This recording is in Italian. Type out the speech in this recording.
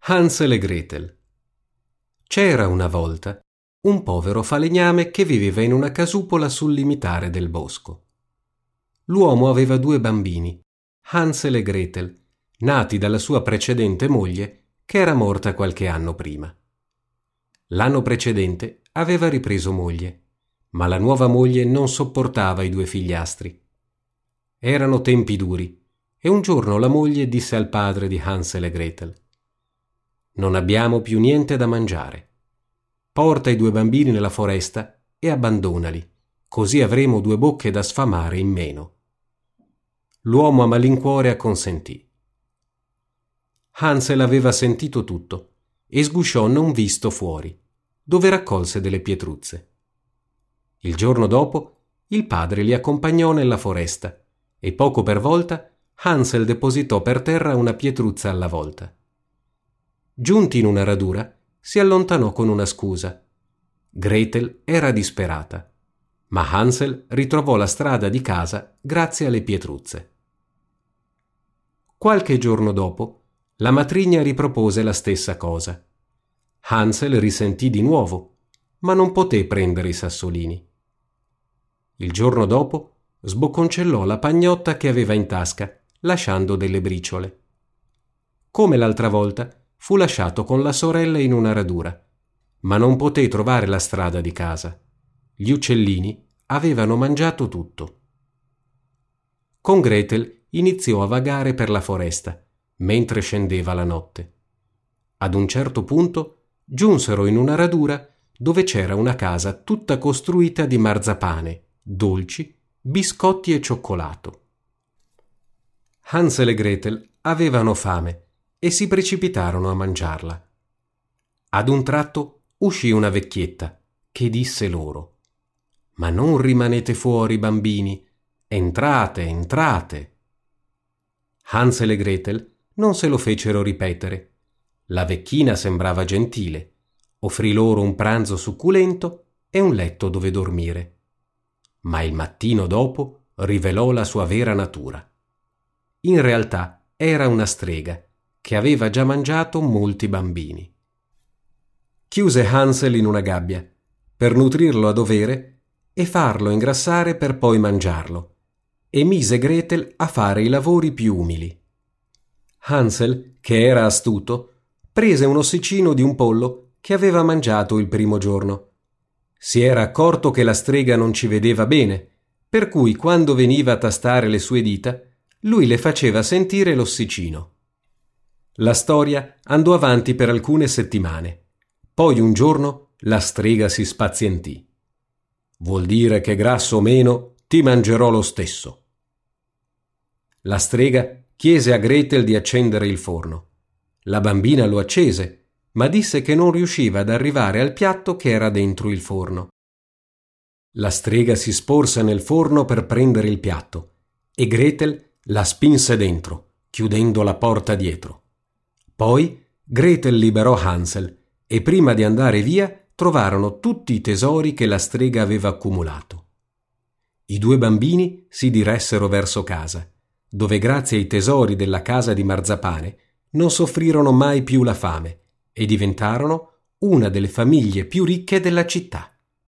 Hansel e Gretel. C'era una volta un povero falegname che viveva in una casupola sul limitare del bosco. L'uomo aveva 2 bambini, Hansel e Gretel, nati dalla sua precedente moglie, che era morta qualche anno prima. L'anno precedente aveva ripreso moglie, ma la nuova moglie non sopportava i 2 figliastri. Erano tempi duri e un giorno la moglie disse al padre di Hansel e Gretel: «Non abbiamo più niente da mangiare. Porta i 2 bambini nella foresta e abbandonali, così avremo 2 bocche da sfamare in meno». L'uomo a malincuore acconsentì. Hansel aveva sentito tutto e sgusciò non visto fuori, dove raccolse delle pietruzze. Il giorno dopo il padre li accompagnò nella foresta e poco per volta Hansel depositò per terra una pietruzza alla volta. Giunti in una radura, si allontanò con una scusa. Gretel era disperata, ma Hansel ritrovò la strada di casa grazie alle pietruzze. Qualche giorno dopo, la matrigna ripropose la stessa cosa. Hansel risentì di nuovo, ma non poté prendere i sassolini. Il giorno dopo sbocconcellò la pagnotta che aveva in tasca, lasciando delle briciole. Come l'altra volta, fu lasciato con la sorella in una radura, ma non poté trovare la strada di casa. Gli uccellini avevano mangiato tutto. Con Gretel iniziò a vagare per la foresta, mentre scendeva la notte. Ad un certo punto giunsero in una radura dove c'era una casa tutta costruita di marzapane, dolci, biscotti e cioccolato. Hansel e Gretel avevano fame e si precipitarono a mangiarla. Ad un tratto uscì una vecchietta che disse loro: «Ma non rimanete fuori, bambini, entrate, entrate!» Hansel e Gretel non se lo fecero ripetere. La vecchina sembrava gentile, offrì loro un pranzo succulento e un letto dove dormire. Ma il mattino dopo rivelò la sua vera natura. In realtà era una strega che aveva già mangiato molti bambini. Chiuse Hansel in una gabbia per nutrirlo a dovere e farlo ingrassare per poi mangiarlo, e mise Gretel a fare i lavori più umili. Hansel, che era astuto, prese un ossicino di un pollo che aveva mangiato il primo giorno. Si era accorto che la strega non ci vedeva bene, per cui quando veniva a tastare le sue dita, lui le faceva sentire l'ossicino. La storia andò avanti per alcune settimane. Poi un giorno la strega si spazientì. «Vuol dire che grasso o meno ti mangerò lo stesso». La strega chiese a Gretel di accendere il forno. La bambina lo accese, ma disse che non riusciva ad arrivare al piatto che era dentro il forno. La strega si sporse nel forno per prendere il piatto e Gretel la spinse dentro, chiudendo la porta dietro. Poi Gretel liberò Hansel e prima di andare via trovarono tutti i tesori che la strega aveva accumulato. I 2 bambini si diressero verso casa, dove grazie ai tesori della casa di marzapane non soffrirono mai più la fame e diventarono una delle famiglie più ricche della città.